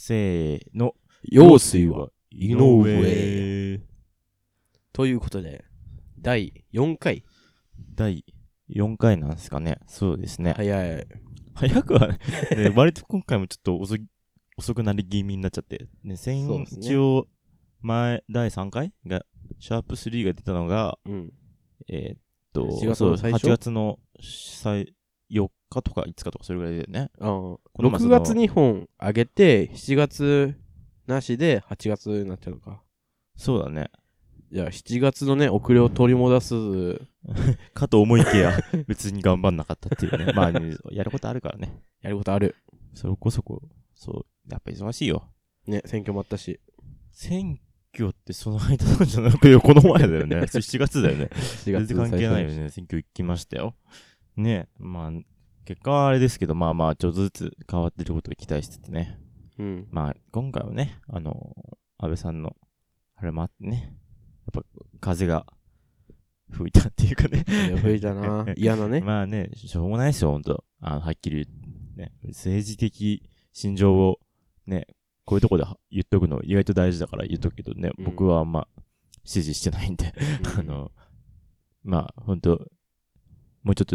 せーの。 陽水は井上。ということで、第4回。 第4回なんですかね。そうですね。 早い。 早くはね、割と今回もちょっと遅くなり気味になっちゃって。ね、 そうですね一応、第3回が、シャープ3が出たのが、 7月そう、 の最初 8月の4日とか5日とかそれぐらいだよね。 6月2本上げて、7月なしで8月になっちゃうのか。 そうだね。 じゃあ7月のね、遅れを取り戻す。 かと思いきや、別に頑張んなかったっていうね。まあ、ね、やることあるからね。 やることある。 そこそこ、そう、やっぱ忙しいよ。 ね、選挙もあったし。 選挙ってその間なんじゃなくて、この前だよね。7月だよね。 7月全然関係ないよね。選挙行きましたよ。ね、まあ、結果はあれですけど、まあまあ、ちょっとずつ変わってることを期待しつつね。まあ、今回はね、安倍さんの、あれもあってね、やっぱ、風が吹いたっていうかね。 吹いたな。嫌なね。 まあね、しょうがないですよ、ほんと。はっきり言う、ね。政治的心情を、ね、こういうとこで言っとくの意外と大事だから言っとくけどね、僕はあんま支持してないんで、まあ、ほんと、もうちょっと、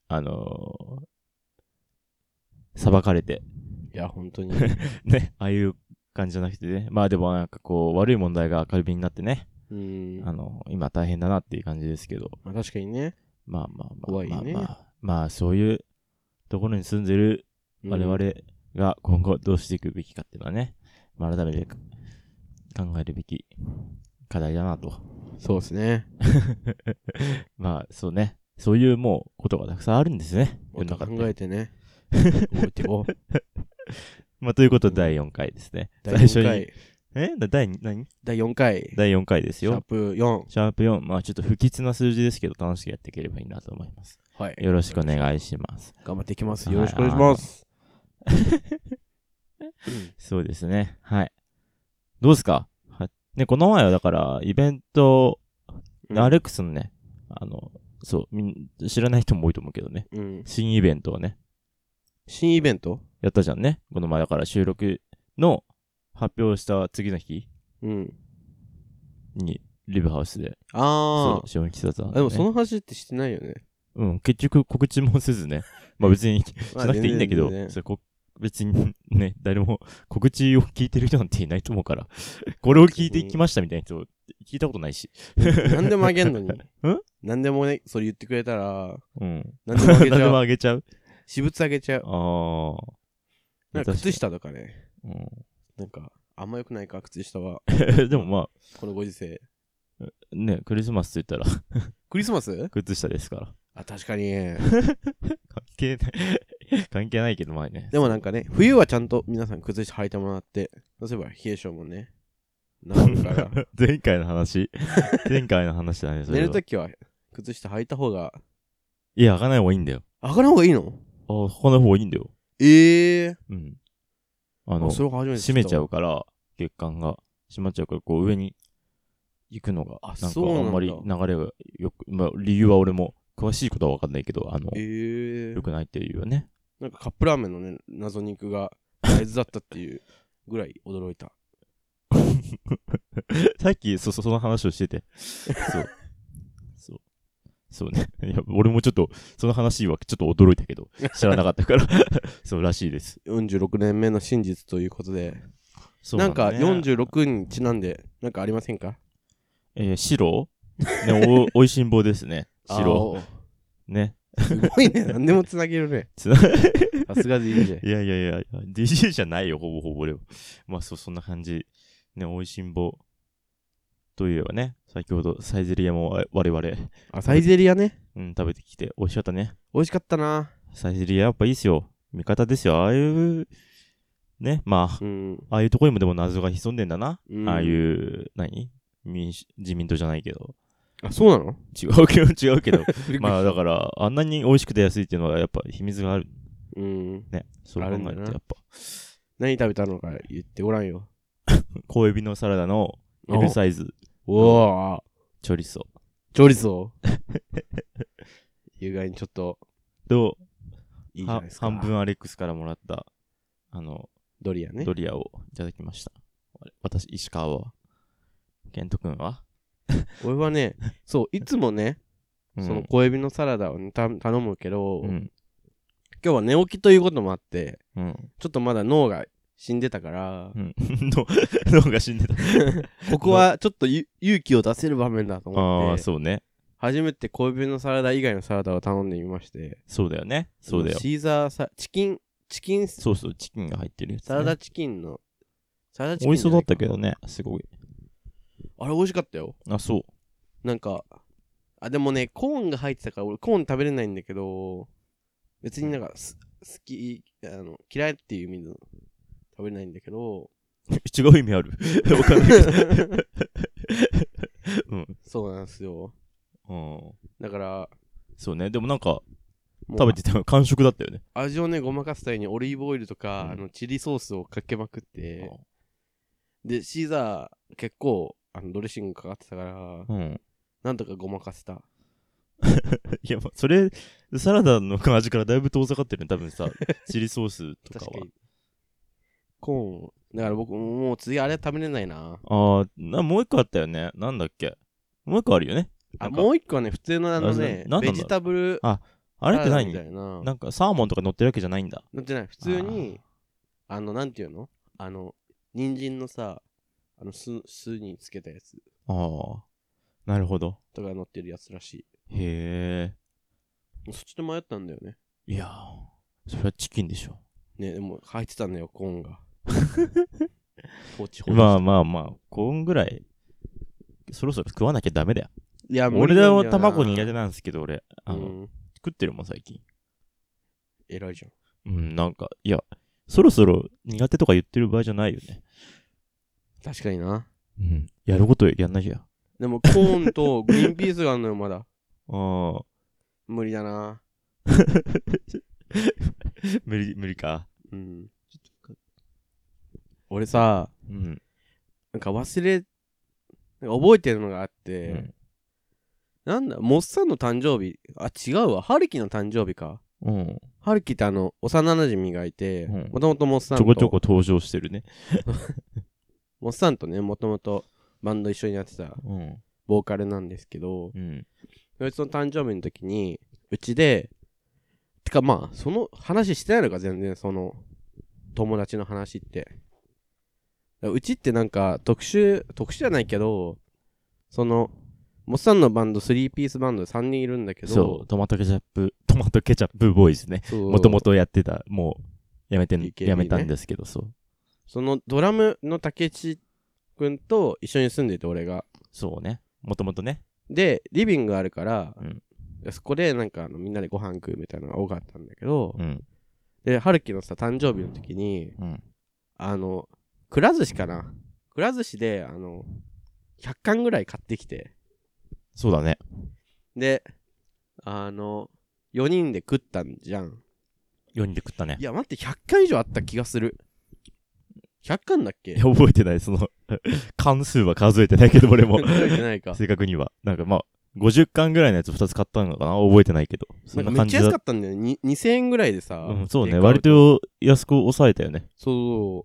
裁かれて。 いや、本当に。 ね、ああいう感じじゃなくてね。まあでもなんかこう、悪い問題が明るみになってね。今大変だなっていう感じですけど。 まあ確かにね。 まあまあまあ。 怖いね。 まあそういうところに住んでる我々が今後どうしていくべきかっていうのはね、まあ改めて考えるべき課題だなと。 そうですね。 まあそうね。そういうもうことがたくさんあるんですね。 もっと考えてね。動いていこう。 まあということで第4回ですね。 第4回。 第 4回。 第4回ですよ。 シャープ4。 シャープ4。まあちょっと不吉な数字ですけど楽しくやっていければいいなと思います。 はい。 よろしくお願いします。 頑張っていきます。よろしくお願いします。 そうですね。はい。どうですかね、この前はだからイベント、アレックスのね、そう、知らない人も多いと思うけどね。新イベントをね。 新イベントやったじゃんね。この前だから収録の発表した次の日に、リブハウスで。そう、賞金だったんだ、ね。 でもその話ってしてないよね。 結局告知もせずね。まあ別にしなくていいんだけど、別にね、誰も告知を聞いてる人なんていないと思うから、これを聞いてきましたみたいな人、聞いたことないし。 何でもあげんのに。何でもね、それ言ってくれたら、 何でもあげちゃう。何でもあげちゃう。 私物あげちゃう。なんか靴下とかね。なんか、あんま良くないか、靴下は。 でもまあ、 このご時世。 ね、クリスマスって言ったらクリスマス靴下ですから。 あ、確かに。 関係ないけど、まあね。 でもなんかね、冬はちゃんと皆さん靴下履いてもらって、例えば冷え性もね、治るから。 前回の話だね、それは。 寝るときは靴下履いた方が。 いや、履かない方がいいんだよ。 履かない方がいいの？ 履かない方がいいんだよ。 それ初めて閉めちゃうから、血管が。閉まっちゃうから、こう上に行くのが、なんかあんまり流れがよく、まあ理由は俺も詳しいことはわかんないけど、よくないっていうよね。 なんかカップラーメンのね、謎肉が大豆だったっていうぐらい驚いた。 さっき、その話をしてて。そうね。いや、俺もちょっと、その話はちょっと驚いたけど、知らなかったから。そうらしいです。 46年目の真実ということで。なんか46にちなんで、なんかありませんか？ 白ね、おいしんぼですね。白。ね。 すごいね。何でもつなげるね。さすが DJ。 いや、DJ じゃないよ、ほぼほぼ俺は。まあそんな感じ。ね、おいしんぼ。といえばね、先ほどサイゼリヤも我々。 サイゼリヤね。 食べてきて美味しかったね。 美味しかったな。 サイゼリヤやっぱいいっすよ。味方ですよ。ああいう、ね、まあ、ああいうとこにもでも謎が潜んでんだな。ああいう、自民党じゃないけど。 あ、そうなの？ 違うけど。まあだから、あんなに美味しくて安いっていうのはやっぱ秘密がある。ね、そう考えるとやっぱ。 何食べたのか言ってごらんよ。 小エビのサラダの L サイズ。 おー。 チョリソ意外にちょっと。 と、 いいじゃないですか。 半分アレックスからもらった、 ドリアね。 ドリアをいただきました。私、石川は。ケント君は俺はね、そう、いつもね、その小エビのサラダを、ね、頼むけど、今日は寝起きということもあって、ちょっとまだ脳が死んでたから、 脳が死んでた。 ここはちょっと勇気を出せる場面だと思って、 そうね。 初めて小エビのサラダ以外のサラダを頼んでみまして。 そうだよね。そうだよ。 シーザーチキン。 そうそう、チキンが入ってるやつ、ね。 サラダチキン。 美味しそうだったけどね、すごい。 あれ美味しかったよ。 あ、そう。 なんか、でもね、コーンが入ってたから俺コーン食べれないんだけど、別になんか嫌いっていう意味で食べれないんだけど。 違う意味あるわかんないけど。 そうなんですよ。だから、 そうね、でもなんか、食べてても完食だったよね。 味をね、ごまかすためにオリーブオイルとか、チリソースをかけまくって、で、シーザー結構、ドレッシングかかってたから、なんとかごまかせた。 いや、それ、サラダの味からだいぶ遠ざかってるね、多分さ、チリソースとかは。 コーン、だから僕、もう次あれ食べれないな。 もう一個あったよね。なんだっけ。もう一個あるよね。 もう一個はね、普通のベジタブル。 あれって何？なんかサーモンとか乗ってるわけじゃないんだ。 乗ってない。普通に、なんていうの？人参のさ、酢につけたやつ。 なるほど。 とか乗ってるやつらしい。へえ。そっちで迷ったんだよね。 いやー、それはチキンでしょ。 ね、でも入ってたんだよ、コーンが。 まあ、コーンぐらい、そろそろ食わなきゃダメだよ。 いや、 俺は卵苦手なんですけど、俺。食ってるもん、最近。 偉いじゃん。なんか、いや、そろそろ苦手とか言ってる場合じゃないよね。 確かにな。 やることやんなきゃ。 でも、コーンとグリーンピースがあるのよ、まだ。無理だな。 無理か。 俺さ、なんか覚えてるのがあって、なんだ、モッサンの誕生日、違うわ、ハルキの誕生日か。ハルキって幼馴染がいて、もともとモッサンと。 ちょこちょこ登場してるね。 モッサンとね、もともとバンド一緒にやってた、ボーカルなんですけど、そいつの誕生日の時に、うちで、てかまあ、その話してないのか、全然、その、友達の話って。うちってなんか、特殊じゃないけど、その、モッサンのバンド、3ピースバンド3人いるんだけど、 そう、トマトケチャップボーイズね。もともとやってた、もう、やめたんですけど、そう。 そのドラムの竹内くんと一緒に住んでて、俺が。 そうね。もともとね。 で、リビングあるから、そこでなんかみんなでご飯食うみたいなのが多かったんだけど、で、春樹のさ、誕生日の時に、くら寿司かな。くら寿司で、100貫ぐらい買ってきて。 そうだね。 で、4人で食ったんじゃん。 4人で食ったね。 いや、待って、100貫以上あった気がする。100貫だっけ？ 覚えてない。その、関数は数えてないけど、俺も。 数えてないか。 正確には。なんかまあ、50貫ぐらいのやつ2つ買ったのかな？覚えてないけど。 そんな感じだ。めっちゃ安かったんだよ。2000円ぐらいでさ。 そうね。割と安く抑えたよね。 そう。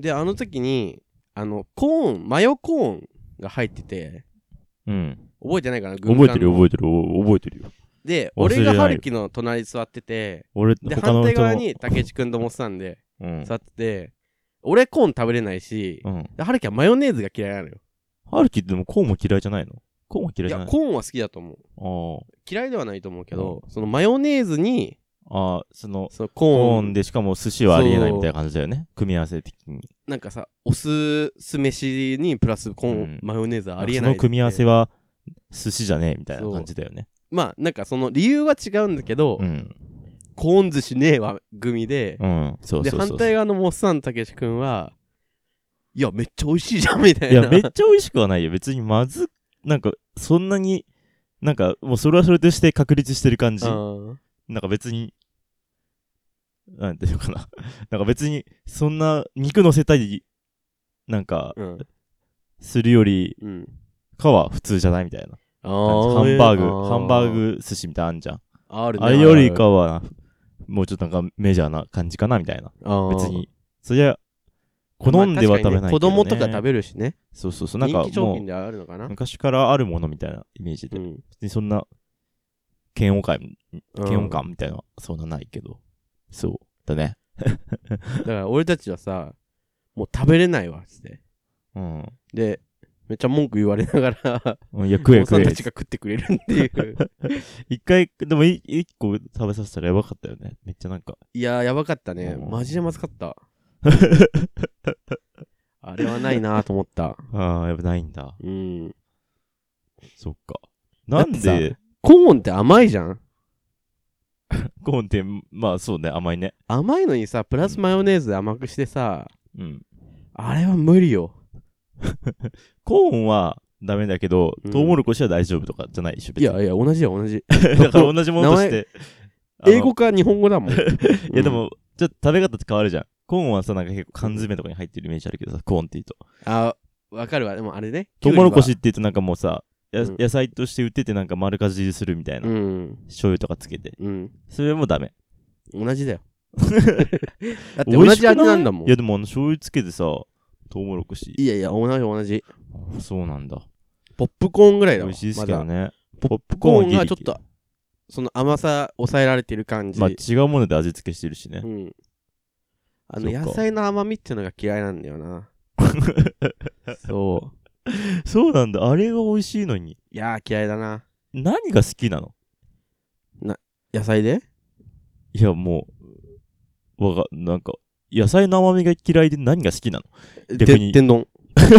で、あの時に、マヨコーンが入ってて、覚えてないかな？ 覚えてるよ。 で、俺が春樹の隣に座ってて、で、反対側に竹内くんとモッサンで座ってて、俺コーン食べれないし、春樹はマヨネーズが嫌いなのよ。 春樹ってでもコーンも嫌いじゃないの？コーンも嫌いじゃない？ いや、コーンは好きだと思う。嫌いではないと思うけど、そのマヨネーズに、 そのコーンでしかも寿司はありえないみたいな感じだよね。組み合わせ的に。 なんかさ、お酢飯にプラスコーン、マヨネーズはありえない。 その組み合わせは寿司じゃねえみたいな感じだよね。 まあ、なんかその理由は違うんだけど、コーン寿司ねえわ組で、で、反対側のモッサンたけし君は、いや、めっちゃ美味しいじゃんみたいな。 いや、めっちゃ美味しくはないよ。別になんか、そんなに、なんか、もうそれはそれとして確立してる感じ。なんか別に、なんていうかな。なんか別に、そんな肉乗せたり、なんか、するよりかは普通じゃないみたいな。ハンバーグ寿司みたいなのあんじゃん。あれよりかは、もうちょっとなんかメジャーな感じかなみたいな。別に、 そりゃ、好んでは食べないけどね。 子供とか食べるしね。 そうそうそう。なんか人気商品ではあるのかな。 昔からあるものみたいなイメージで。別にそんな、嫌悪感みたいな、そんなないけど。そうだね。 だから俺たちはさ、もう食べれないわ、つって。で、めっちゃ文句言われながら、 いや、食え。お父さんたちが食ってくれるっていう。 一回、でも一個食べさせたらやばかったよね。めっちゃなんか。 いやー、やばかったね。マジでまずかった。あれはないなと思った。 ああ、やっぱないんだ。そっか。 なんでコーンって甘いじゃん。 コーンって、まあそうね、甘いね。 甘いのにさ、プラスマヨネーズで甘くしてさ、あれは無理よ。 コーンはダメだけど、トウモロコシは大丈夫とかじゃないでしょ。 いやいや、同じよ、同じ。 だから同じものとして。 英語か日本語だもん。いやでも、ちょっと食べ方って変わるじゃん。コーンはさ、なんか結構缶詰とかに入ってるイメージあるけどさ、コーンって言うと。 あ、わかるわ。でもあれね。 トウモロコシって言うとなんかもうさ、野菜として売っててなんか丸かじりするみたいな。醤油とかつけて。それもダメ。 同じだよ。だって同じ味なんだもん。 いやでも醤油つけてさ、トウモロコシ。 いやいや、同じ。 そうなんだ。 ポップコーンぐらいだわ。 美味しいですけどね。 ポップコーンがちょっと、その甘さ抑えられてる感じ。 まあ違うもので味付けしてるしね。 野菜の甘みっていうのが嫌いなんだよな。そう。 そうなんだ。あれが美味しいのに。 いやー、嫌いだな。 何が好きなの？ 野菜で？ いや、もう、なんか、野菜の甘みが嫌いで何が好きなの？逆に。 天丼。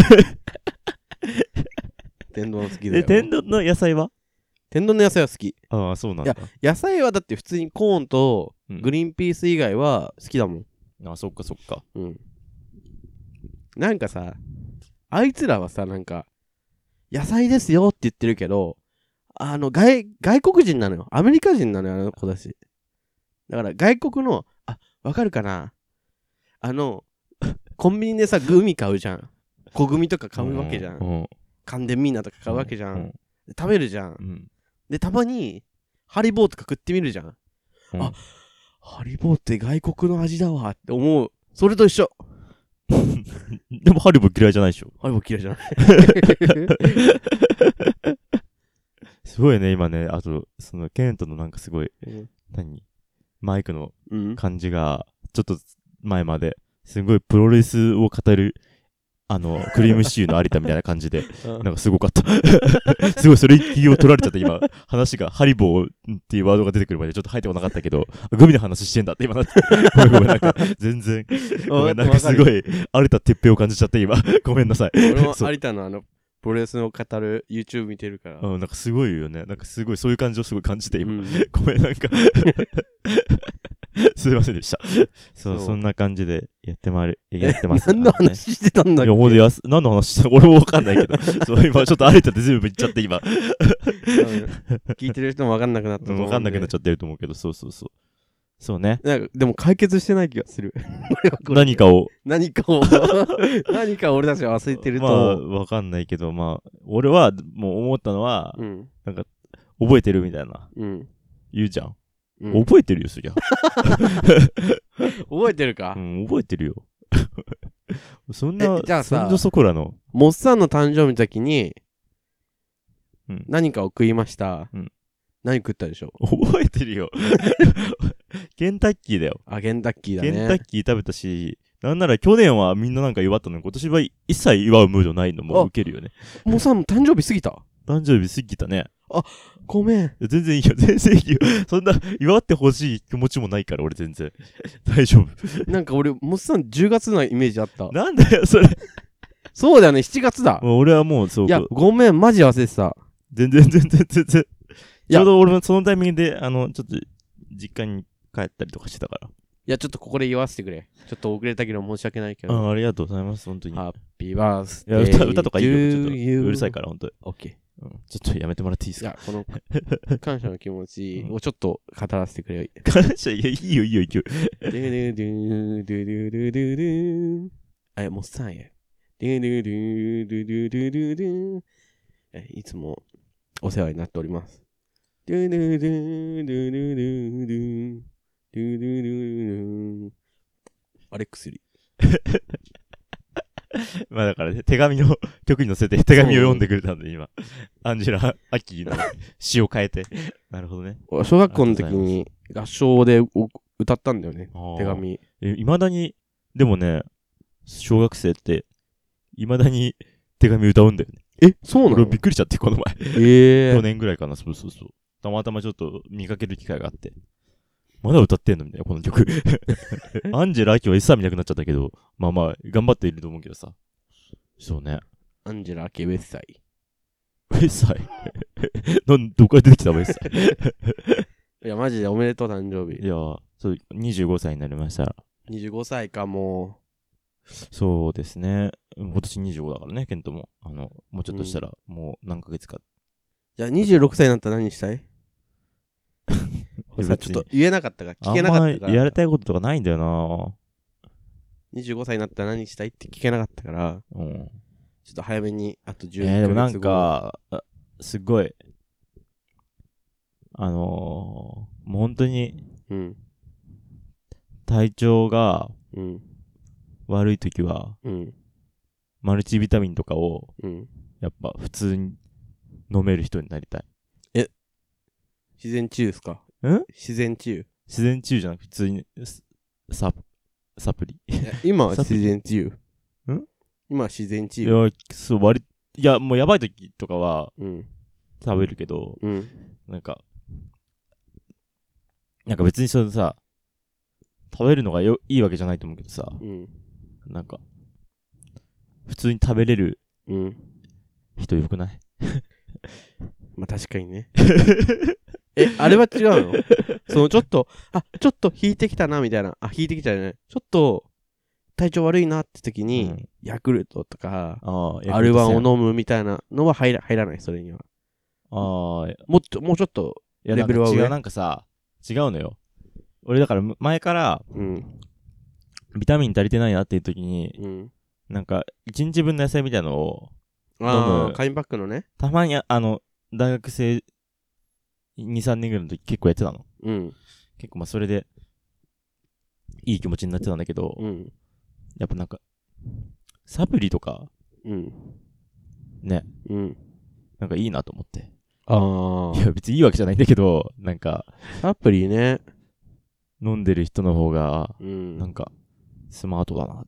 天丼好きだよ。 天丼の野菜は？ 天丼の野菜は好き。 ああ、そうなんだ。 いや、野菜はだって普通にコーンとグリーンピース以外は好きだもん。 ああ、そっかそっか。 なんかさ、あいつらはさ、なんか、野菜ですよって言ってるけど、外国人なのよ。アメリカ人なのよ、あの子だし。だから外国の、わかるかな？コンビニでさ、グミ買うじゃん。小グミとか買うわけじゃん。カンデミーナとか買うわけじゃん。食べるじゃん。で、たまに、ハリボーとか食ってみるじゃん。ハリボーって外国の味だわって思う。それと一緒。 でもハリボー嫌いじゃないでしょ。 ハリボー嫌いじゃない。 すごいね、今ね。あと、その、ケントのなんかすごい、マイクの感じが、ちょっと前まで、すごいプロレスを語る、クリームシチューの有田みたいな感じで、なんかすごかった。すごい、それ気を取られちゃって今、話が、ハリボーっていうワードが出てくるまでちょっと入ってこなかったけど、グミの話してんだって今なって。ごめん、なんか、全然、ごめん、なんかすごい、有田鉄平を感じちゃって今、ごめんなさい。 俺も有田のプロレスを語る YouTube 見てるから。 なんかすごいよね。なんかすごい、そういう感じをすごい感じて今。ごめん、なんかすいませんでした。そう、そんな感じでやってます。 何の話してたんだっけ？ いや、ほんで何の話したの俺もわかんないけど。そう、今ちょっと有田で全部言っちゃって今。 聞いてる人もわかんなくなったと思う。 わかんなくなっちゃってると思うけど、そうそうそう。そうね。 なんかでも解決してない気がする。 何かを俺たちは忘れてると。 まあ、わかんないけど、まあ、俺はもう思ったのは、なんか、覚えてるみたいな。言うじゃん。覚えてるよ、そりゃ。 覚えてるか？ 覚えてるよ。そんな、 じゃあさ、 そこらの。 モッサンの誕生日の時に、何かを食いました。何食ったでしょ？ 覚えてるよ。ケンタッキーだよ。 ケンタッキーだね。 ケンタッキー食べたし、なんなら去年はみんななんか祝ったのに、今年は一切祝うムードないのも受けるよね。 モッサン誕生日過ぎた？ 誕生日過ぎたね。 ごめん。 全然いいよ、全然いいよ。そんな、祝ってほしい気持ちもないから、俺全然。大丈夫。 なんか俺、モッサン10月のイメージあった。 なんだよ、それ。 そうだよね、7月だ。 俺はもう、そう。 いや、ごめん、マジ忘れてた。 全然。ちょうど俺もそのタイミングで、ちょっと、実家に帰ったりとかしてたから。 いや、ちょっとここで言わせてくれ。ちょっと遅れたけど申し訳ないけど。 ありがとうございます、本当に。 ハッピーバースデー。 いや、歌とかいいよ。ちょっと、うるさいから、本当に。 オッケー。 ちょっとやめてもらっていいですか？ いや、この、感謝の気持ちをちょっと語らせてくれよ。 感謝、いや、いいよ。ドゥドゥドゥドゥドゥドゥドゥドゥドゥもうさんや。ドゥドゥドゥドゥドゥドゥドゥドゥいつもお世話になっております。ドゥドゥドゥドゥドゥドゥドゥドゥドゥドゥドゥアレックスリー。 まあだからね、手紙の曲に乗せて手紙を読んでくれたんで、今。アンジェラ・アキの詩を変えて。なるほどね。 小学校の時に合唱で歌ったんだよね。手紙。 未だに、でもね、小学生って、未だに手紙歌うんだよね。 そうなの？ 俺びっくりしちゃって、この前。去年ぐらいかな、そう。たまたまちょっと見かける機会があって。まだ歌ってんのみたいな、この曲。アンジェラ・アキは一切見なくなっちゃったけど、まあまあ、頑張っていると思うけどさ。そうね。 アンジェラ・アキウェッサイ。 ウェッサイどっから出てきたウェッサイいや、マジでおめでとう、誕生日。 いや、そう、25歳になりました。 25歳か、もう。そうですね。今年25だからね、ケントも。もうちょっとしたら、もう何ヶ月か。 じゃあ26歳になったら何したい？さ、ちょっと言えなかったか聞けなかったから。 やりたいこととかないんだよな。 25歳になったら何したいって聞けなかったから、ちょっと早めに、あと10年。 でもなんか、すごい、もう本当に、体調が悪いときは、マルチビタミンとかを、やっぱ普通に飲める人になりたい。 自然治癒ですか？自然治癒。 自然治癒じゃなくて普通にサプリ。 今は自然治癒。今は自然治癒。 いや、そう、もうやばい時とかは、食べるけど、なんか別にそれさ、食べるのがいいわけじゃないと思うけどさ、なんか、普通に食べれる人よくない？ まあ確かにね。あれは違うの？ちょっと引いてきたな、みたいな。引いてきたね。ちょっと、体調悪いなって時に、ヤクルトとか、アルバンを飲むみたいなのは入らない、それには。もうちょっと、レベルは上。 なんかさ、違うのよ。俺だから前から、ビタミン足りてないなっていう時に、なんか、1日分の野菜みたいなのを、飲む。 紙パックのね。 たまに、大学生、2、3年ぐらいの時結構やってたの。結構まあそれで、いい気持ちになってたんだけど、やっぱなんか、サプリとか、ね、なんかいいなと思って。いや別にいいわけじゃないんだけど、なんか、 サプリね、 飲んでる人の方が、なんか、スマートだなと思って。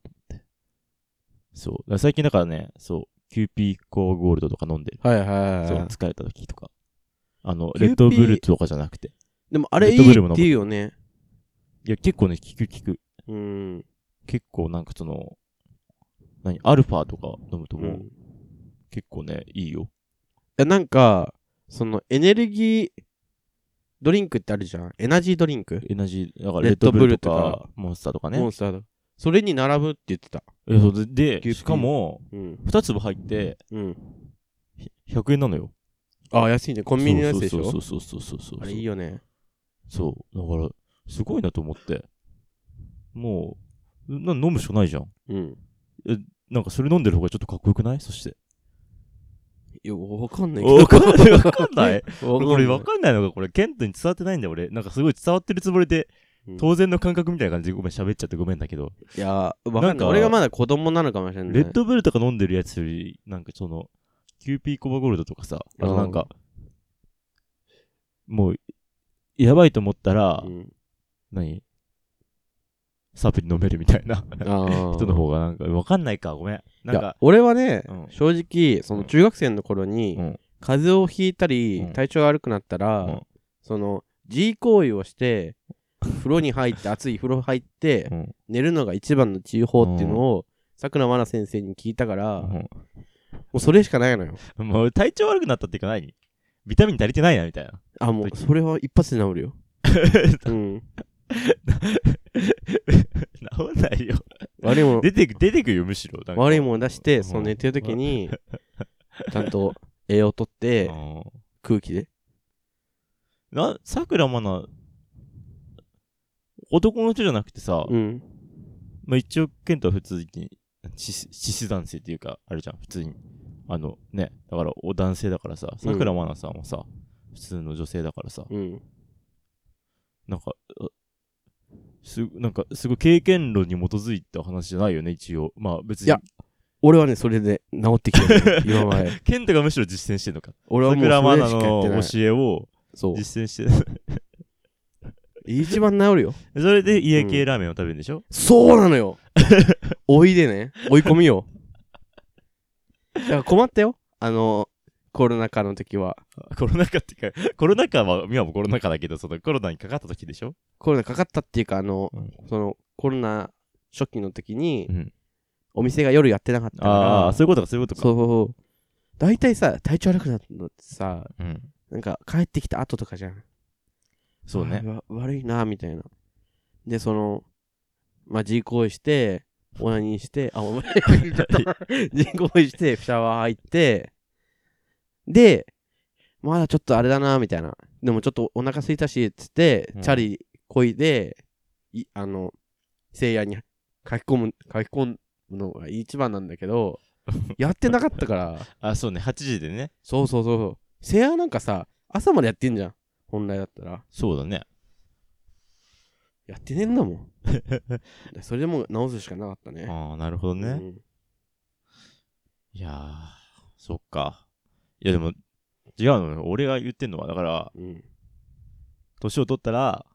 そう。最近だからね、そう、キューピーコゴールドとか飲んでる。そう、疲れた時とか。レッドブルとかじゃなくて。 でもあれいいって言うよね。 いや、結構ね、効く。結構なんかアルファとか飲むともう、結構ね、いいよ。 いや、なんか、エネルギードリンクってあるじゃん。エナジードリンク。 だからレッドブルとか、モンスターとかね。 それに並ぶって言ってた。 で、しかも、2粒入って、100円なのよ。 安いね。コンビニのやつでしょ？ そう。 あれいいよね。 そう。だから、すごいなと思って。もう、飲むしかないじゃん。なんかそれ飲んでる方がちょっとかっこよくない？そして。 いや、わかんないけど。 わかんないこれわかんないのが、これ、ケントに伝わってないんだよ、俺。なんかすごい伝わってるつもりで、当然の感覚みたいな感じでごめん、喋っちゃってごめんだけど。 いや、わかんない。俺がまだ子供なのかもしれない。 レッドブルとか飲んでるやつより、なんかキューピーコバゴールドとかさ、なんか、もう、やばいと思ったら、サプリ飲めるみたいな人の方がなんかわかんないか、ごめん。なんか俺はね、正直中学生の頃に、風邪をひいたり、体調が悪くなったら、G 行為をして風呂に入って熱い風呂入って、寝るのが一番の治癒法っていうのをさくらまな先生に聞いたから、もうそれしかないのよ。 もう体調悪くなったっていうか何？ビタミン足りてないなみたいな。 もうそれは一発で治るよ。 治んないよ。 悪いもの出てくよ、むしろ。 悪いもの出して、寝てる時に、ちゃんと栄養取って、空気で。 さくらまな、男の人じゃなくてさ、まあ一応、ケントは普通に、獅子男性っていうか、あるじゃん、普通に。ね、だから、男性だからさ、さくらまなさんはさ、普通の女性だからさ、なんか、 なんか、すごい経験論に基づいた話じゃないよね、一応。まあ別に。 いや、俺はね、それで治ってきてる、今まで。 ケンタがむしろ実践してんのか。 俺はもうそれしかやってない。 教えを実践してる。 一番治るよ。 それで家系ラーメンを食べるんでしょ、 そうなのよ。追いでね、追い込みよ。だから困ったよ。コロナ禍の時は。 コロナ禍っていうか、コロナ禍は、今もコロナ禍だけど、そのコロナにかかった時でしょ。 コロナかかったっていうか、そのコロナ初期の時に、お店が夜やってなかったから。 ああ、そういうことか、そういうことか。 そう。大体さ、体調悪くなったのってさ、なんか帰ってきた後とかじゃん。 そうね。 悪いな、みたいな。で、まあ、G 行為して、オナニーして、G 行為して、シャワー入って、で、まだちょっとあれだな、みたいな。でもちょっとお腹空いたし、つって、チャリこいで、聖夜に書き込むのが一番なんだけど、やってなかったから。 あ、そうね、8時でね。 そう。聖夜なんかさ、朝までやってんじゃん。本来だったら。 そうだね。 やってねえんだもん。それでもう直すしかなかったね。 ああ、なるほどね。いやー、そっか。いやでも、違うのよ。俺が言ってんのは、だから、年を取ったら、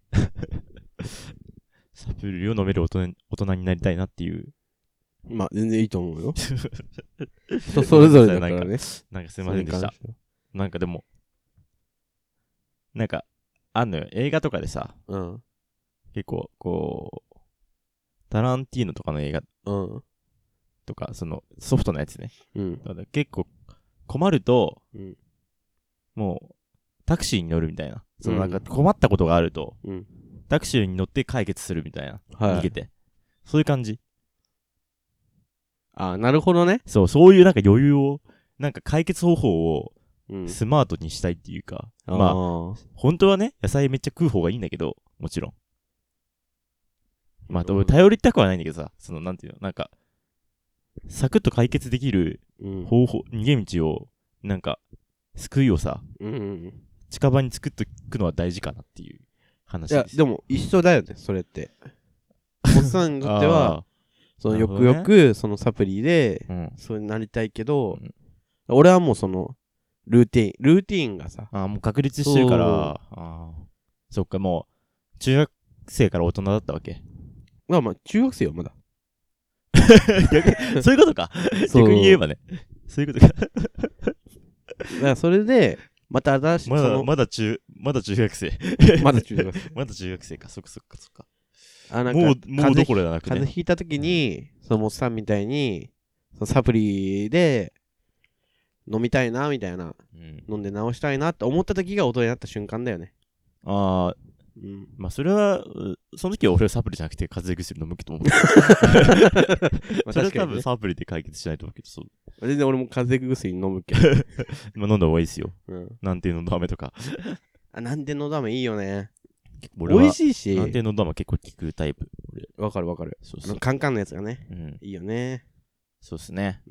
サプリを飲める大人になりたいなっていう。 まあ、全然いいと思うよ。人それぞれだからね。 なんかすいませんでした。なんかでも、なんか、あんのよ。映画とかでさ、結構、こう、タランティーノとかの映画、とか、その、ソフトなやつね。だから結構、困ると、もう、タクシーに乗るみたいな。そのなんか困ったことがあると、タクシーに乗って解決するみたいな。逃げて。そういう感じ。 ああ、なるほどね。 そういうなんか余裕を、なんか解決方法を、スマートにしたいっていうか、まあ、本当はね、野菜めっちゃ食う方がいいんだけど、もちろん。まあ、頼りたくはないんだけどさ、なんていうの、なんか、サクッと解決できる方法、逃げ道を、なんか、救いをさ、近場に作っていくのは大事かなっていう話です。 いや、でも一緒だよね、それって。おっさんにとっては、よくよく、そのサプリで、そうなりたいけど、俺はもうルーティンがさ。 もう確立してるから、そっか、もう、中学生から大人だったわけ。 まあ、中学生よ、まだ。 そういうことか。逆に言えばね。そういうことか。だからそれで、また新しい。 まだ中学生。 まだ中学生。 まだ中学生か。そっか。 もうどころじゃなくて、ね。 風邪ひいた時に、モッさんみたいに、サプリで、飲みたいな、みたいな、飲んで治したいなって思った時が大人になった瞬間だよね。 まあそれは、その時は俺はサプリじゃなくて風邪薬飲むけど思う。それは多分サプリで解決しないと思うけど、そう。 全然俺も風邪薬飲むけど。 まあ飲んだ方がいいですよ。なんていうのダメとか。 なんてのダメいいよね。美味しいし。 なんてのダメ結構効くタイプ。 わかる。そうカンカンのやつがね。いいよね。 そうっすね。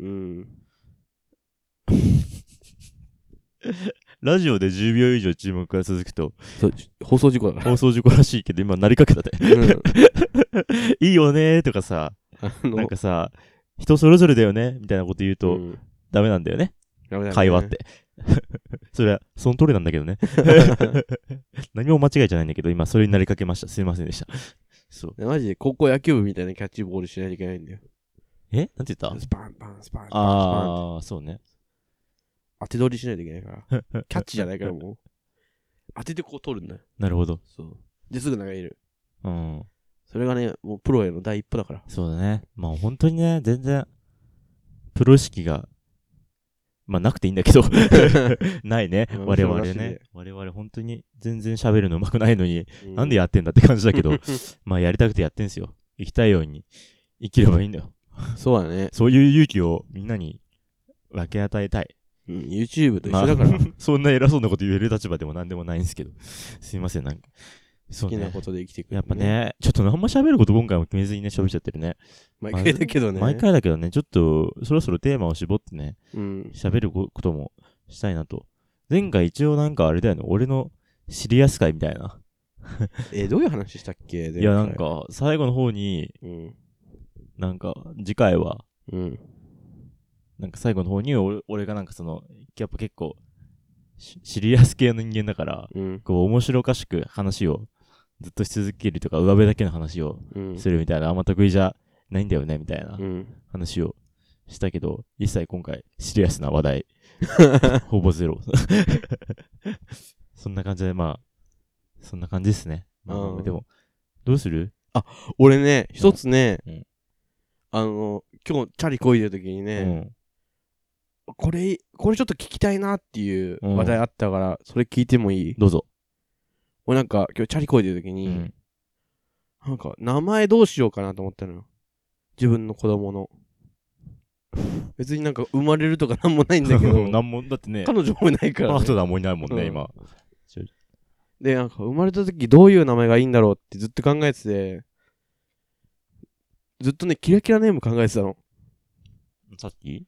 ラジオで10秒以上注目が続くと、 放送事故だから。 放送事故らしいけど、今なりかけたで。いいよねーとかさ、なんかさ、人それぞれだよねみたいなこと言うと、ダメなんだよね。会話って。それは、その通りなんだけどね。何も間違いじゃないんだけど、今それになりかけました。すいませんでした。そう。 マジで高校野球部みたいなキャッチボールしないといけないんだよ。 なんて言った？ スパンパン。 そうね。 当て取りしないといけないから。キャッチじゃないからもう。当ててこう取るんだよ。 なるほど。 そう。で、すぐ投げる。それがね、もうプロへの第一歩だから。 そうだね。まあ本当にね、全然、プロ意識が、まあなくていいんだけど、ないね。我々ね。我々本当に全然喋るの上手くないのに、なんでやってんだって感じだけど、まあやりたくてやってんすよ。生きたいように生きればいいんだよ。 そうだね。 そういう勇気をみんなに分け与えたい。 YouTube と一緒だから。 そんな偉そうなこと言える立場でもなんでもないんですけど。すいません、なんか。 好きなことで生きていく、 やっぱね、ちょっとあんま喋ること今回も決めずにね、喋っちゃってるね。 毎回だけどね。 毎回だけどね、ちょっと、そろそろテーマを絞ってね、喋ることもしたいなと。前回一応なんかあれだよね、俺のシリアス会みたいな。 どういう話したっけ？ いや、なんか、最後の方に、なんか、次回は、なんか最後の方に俺がなんかやっぱ結構、シリアス系の人間だから、こう面白おかしく話をずっとし続けるとか、上辺だけの話をするみたいな、あんま得意じゃないんだよね、みたいな話をしたけど、一切今回シリアスな話題、ほぼゼロ。そんな感じで、まあ、そんな感じですね。まあ、でも、どうする？ 俺ね、一つね、今日チャリこいでる時にね、これちょっと聞きたいなっていう話題あったから、それ聞いてもいい？ どうぞ。 俺なんか今日チャリこいでる時に、なんか名前どうしようかなと思ったのよ。自分の子供の。別になんか生まれるとかなんもないんだけど。 なんも、だってね。 彼女もいないから、ね。 パートナーもいないもんね、今。 で、なんか生まれた時どういう名前がいいんだろうってずっと考えてて、ずっとね、キラキラネーム考えてたの。 さっき？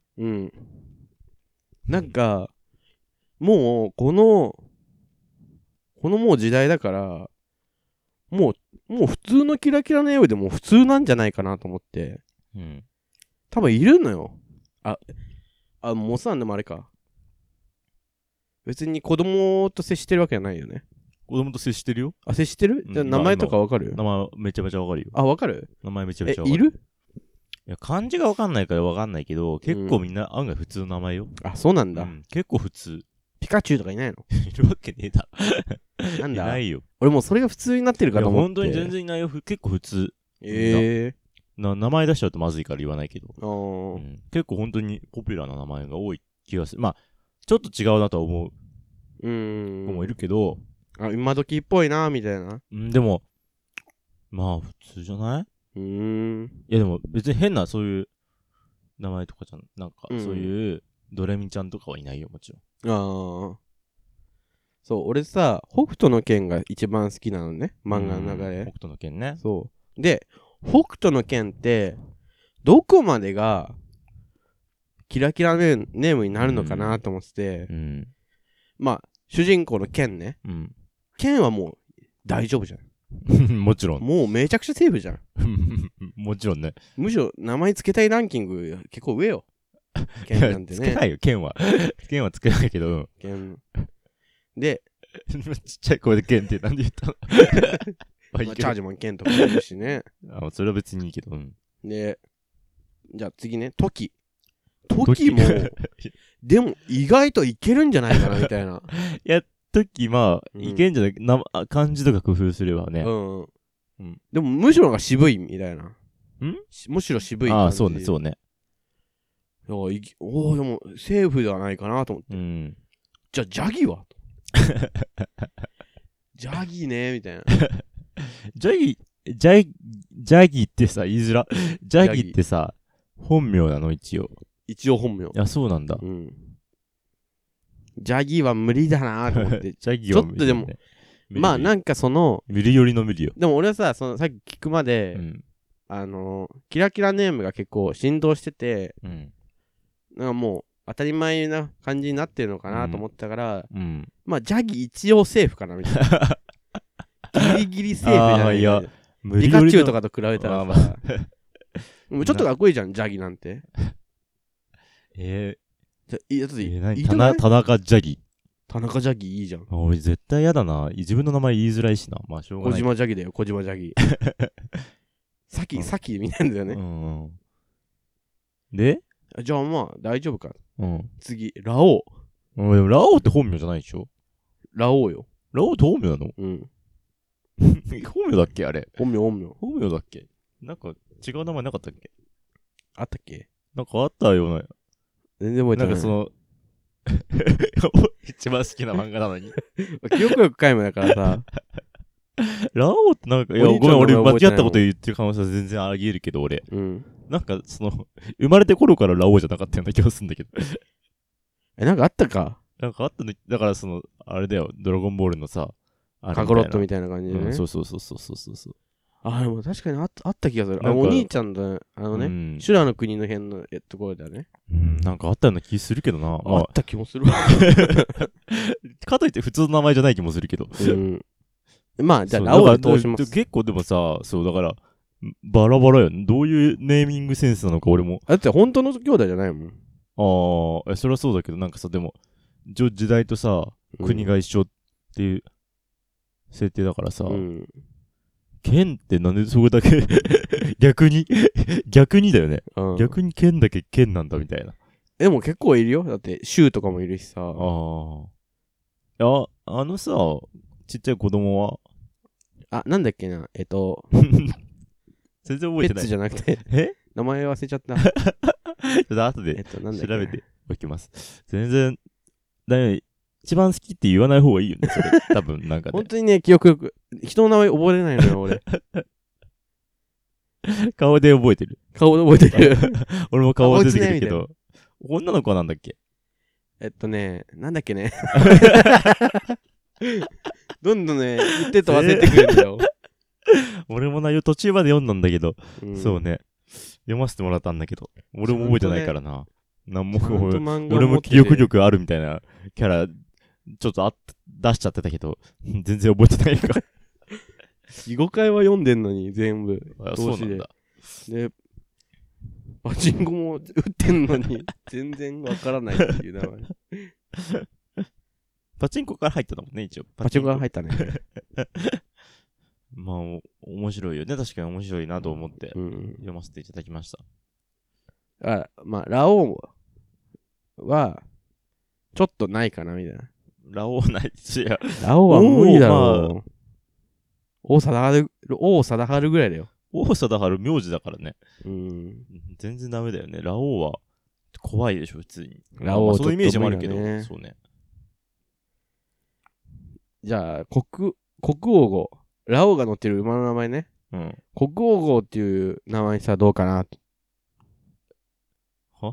なんか、もう、このもう時代だから、もう普通のキラキラネームでも普通なんじゃないかなと思って。多分いるのよ。モスさんでもあれか。別に子供と接してるわけじゃないよね。 子供と接してるよ。 接してる？じゃあ名前とかわかる？ 名前めちゃめちゃわかるよ。 わかる？ 名前めちゃめちゃわかる。 いる？ いや、漢字がわかんないからわかんないけど、結構みんな案外普通の名前よ。 そうなんだ。 結構普通。 ピカチュウとかいないの？ いるわけねえだろ。 なんだ？ いないよ。 俺もうそれが普通になってるかと思って。 本当に全然いないよ。結構普通。名前出しちゃうとまずいから言わないけど。結構本当にポピュラーな名前が多い気がする。まあ、ちょっと違うなとは思う子もいるけど。 今時っぽいなみたいな。 でも、まあ普通じゃない？いやでも別に変なそういう名前とかじゃん。なんかそういうドレミちゃんとかはいないよ、もちろん。 そう、俺さ、北斗の拳が一番好きなのね。漫画の中で。 北斗の拳ね。 そう。で、北斗の拳って、どこまでが、キラキラネームになるのかなと思ってて、まあ、主人公の剣ね。剣はもう、大丈夫じゃん。 もちろん。 もうめちゃくちゃセーフじゃん。 もちろんね。 むしろ、名前つけたいランキング結構上よ。剣なんてね。 つけないよ、剣は。剣はつけないけど。 剣。で、 ちっちゃい声で剣ってなんで言ったの？ チャージマン剣とかいるしね。 それは別にいいけど。 で、じゃあ次ね、トキも、でも意外といけるんじゃないかなみたいな。 いや、トキまあ、いけんじゃない漢字とか工夫すればね。 でもむしろが渋いみたいな。むしろ渋い感じ。 そうね、そうね。 でもセーフではないかなと思って。じゃあジャギはジャギねみたいな。 ジャギってさ、言いづら。ジャギってさ、本名なの一応本名。 いや、そうなんだ。 ジャギは無理だなと思って。 ジャギは無理だ、ね。 ちょっとでも、まあなんか無理よりの無理よ。 でも俺はさっき聞くまで、キラキラネームが結構振動してて、なんかもう当たり前な感じになってるのかなと思ったから、まあジャギ一応セーフかなみたいな。ギリギリセーフじゃない。いや、ピカチュウとかと比べたらさ、もうちょっとかっこいいじゃん、ジャギなんて。 田中ジャギ。 田中ジャギいいじゃん。 俺絶対嫌だな。自分の名前言いづらいしな。まあしょうがない。 小島ジャギだよ、小島ジャギ。さっきみたいなんだよね。 で？ じゃあまあ大丈夫か。次、ラオウ。 でもラオウって本名じゃないでしょ？ ラオウよ。 ラオウって本名なの？本名だっけあれ。 本名。 本名だっけ？なんか違う名前なかったっけ？ あったっけ？ なんかあったような。 全然覚えてない。 なんか一番好きな漫画なのに。 記憶力皆無だからさ。 ラオウってなんか、いや、ごめん、俺間違ったこと言ってる可能性は全然あり得るけど、俺。なんか、生まれて頃からラオウじゃなかったような気がするんだけど。 なんかあったか？ なんかあったの、だからあれだよ、ドラゴンボールのさ、 カコロットみたいな感じでね。 そう。 でも確かにあった気がする。お兄ちゃんだ、修羅の国の辺のところだね。 なんかあったような気するけどな。 あった気もするわ。 かといって普通の名前じゃない気もするけど。 まあ、じゃあ、ラオウで通します。 結構でもさ、そう、だから、バラバラよ。どういうネーミングセンスなのか俺も。 だって本当の兄弟じゃないもん。 それはそうだけど、なんかさ、でも、時代とさ、国が一緒っていう設定だからさ、剣ってなんでそこだけ逆にだよね。逆に剣だけ剣なんだみたいな。 でも結構いるよ。だって、州とかもいるしさ。 さ、ちっちゃい子供は。なんだっけな。 全然覚えてない。 ペッツじゃなくて。名前忘れちゃった。 ちょっと後で調べておきます。全然、一番好きって言わない方がいいよね、それ。多分、なんかね。 本当にね、記憶よく。人の名前覚えれないのよ、俺。 顔で覚えてる。 顔で覚えてる。 俺も顔出てくるけど。女の子なんだっけ？ なんだっけね。どんどんね、言ってと忘れてくるんだよ。 俺も内容途中まで読んだんだけど、そうね。読ませてもらったんだけど、俺も覚えてないからな。なんも俺も記憶力あるみたいなキャラ、ちょっと出しちゃってたけど、全然覚えてないから。 4、5回は読んでんのに、全部。 そうなんだ。 で、パチンコも打ってんのに、全然わからないっていう名前。 パチンコから入ったのもんね、一応。 パチンコから入ったね。 まあ、面白いよね。確かに面白いなと思って読ませていただきました。 まあ、ラオウは、ちょっとないかな、みたいな。 ラオウないしや。 ラオウは無理だろう。王貞治ぐらいだよ。 王貞治名字だからね。全然ダメだよね。ラオウは怖いでしょ、普通に。 ラオウそういうイメージもあるけど、そうね。 じゃあ、国王号。ラオウが乗ってる馬の名前ね。国王号っていう名前にさ、どうかな。 は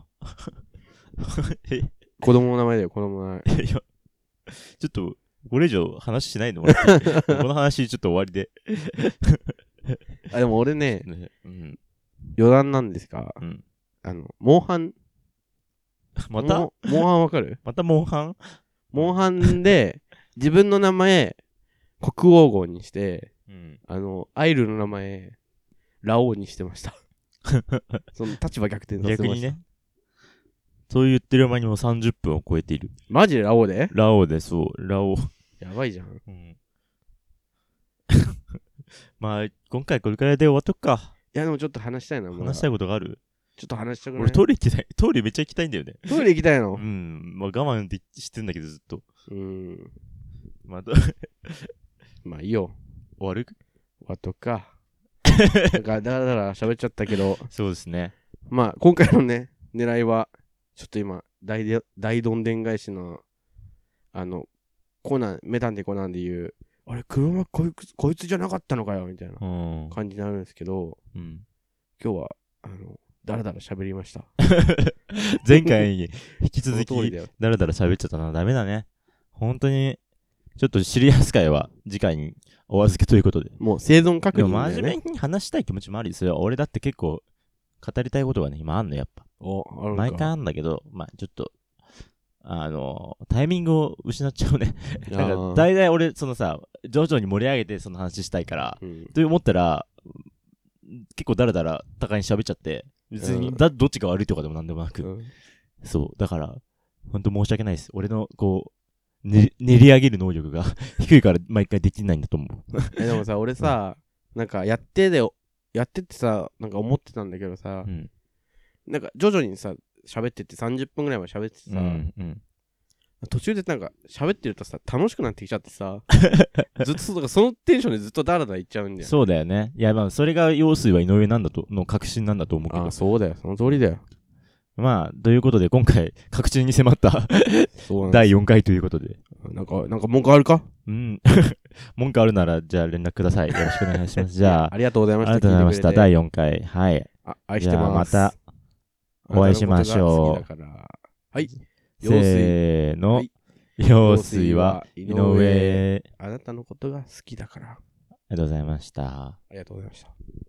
子供の名前だよ、子供の名前。 ちょっと、これ以上話しないのこの話ちょっと終わりで。 でも俺ね、余談なんですが、モンハン。 またモンハンわかる？ またモンハン？ モンハンで、自分の名前、国王号にして、アイルの名前、ラオウにしてました。その立場逆転させました。逆にね。 そう言ってる間にも30分を超えている。 マジでラオウで？ ラオウで、そう、ラオウ。 やばいじゃん。 まあ、今回これくらいで終わっとくか。 いや、でもちょっと話したいな。 話したいことがある？ ちょっと話したくない？ 俺トイレ行きたい。トイレめっちゃ行きたいんだよね。 トイレ行きたいの？ まあ我慢ってしてんだけどずっと。まあいいよ。 終わっとくか。だら喋っちゃったけど。 そうですね。 まあ今回のね、狙いは、ちょっと今、大どんでん返しの、メタンでコナンで言う、あれ、車こいつじゃなかったのかよ、みたいな感じになるんですけど、今日は、だらだら喋りました。 前回に引き続き、だらだら喋っちゃったのはダメだね。本当に、ちょっとシリアス会は次回にお預けということで。 もう生存確認だよね。 でも真面目に話したい気持ちもあるよ。それは俺だって結構語りたいことがね、今あんのやっぱ。 ある毎回あんだけど、まあちょっと、タイミングを失っちゃうね。なんか、大体俺、そのさ、徐々に盛り上げてその話したいから、と思ったら、結構だらだら高いに喋っちゃって、別に、どっちが悪いとかでもなんでもなく、そう、だから、ほんと申し訳ないです。俺の、練り上げる能力が低いから毎回できないんだと思う。 でもさ、俺さ、なんかやってってさ、なんか思ってたんだけどさ、なんか徐々にさ、喋ってって30分ぐらいまで喋ってさ、途中でなんか喋ってるとさ、楽しくなってきちゃってさ、ずっとそのテンションでずっとダラダラいっちゃうんだよ。 そうだよね。いや、まあ、それが陽水は井上なんだと、の確信なんだと思うけど。 そうだよ。その通りだよ。 まあ、ということで、今回、確信に迫った第4回ということで。 なんか文句あるか？ 文句あるなら、じゃあ連絡ください。よろしくお願いします。じゃあ、 ありがとうございました。 ありがとうございました。第4回。はい。 愛してます。 じゃあまた、お会いしましょう。 はい。 せーの。陽水は井上。 あなたのことが好きだから。 ありがとうございました。 ありがとうございました。